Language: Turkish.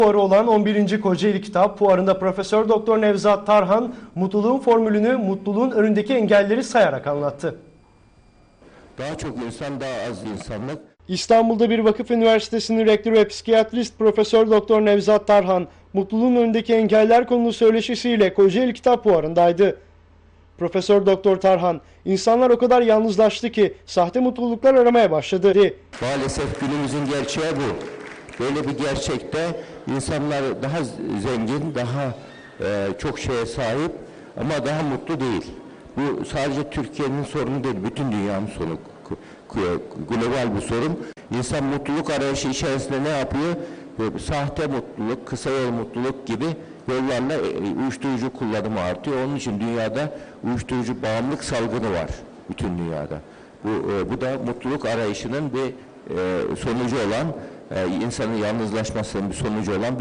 Fuarı olan 11. Kocaeli Kitap Fuarı'nda Profesör Doktor Nevzat Tarhan, mutluluğun formülünü, mutluluğun önündeki engelleri sayarak anlattı. Daha çok insan, daha az insanlık. İstanbul'da bir vakıf üniversitesinin rektörü ve psikiyatrist Profesör Doktor Nevzat Tarhan, mutluluğun önündeki engeller konulu söyleşisiyle Kocaeli Kitap Fuarı'ndaydı. Profesör Doktor Tarhan, insanlar o kadar yalnızlaştı ki sahte mutluluklar aramaya başladı. Maalesef günümüzün gerçeği bu. Böyle bir gerçekte insanlar daha zengin, daha çok şeye sahip ama daha mutlu değil. Bu sadece Türkiye'nin sorunu değil, bütün dünyanın sorunu. Global bir sorun. İnsan mutluluk arayışı içerisinde ne yapıyor? Sahte mutluluk, kısa yol mutluluk gibi yollarla uyuşturucu kullanımı artıyor. Onun için dünyada uyuşturucu bağımlılık salgını var bütün dünyada. Bu da mutluluk arayışının bir sonucu olan, insanın yalnızlaşmasının bir sonucu olan bir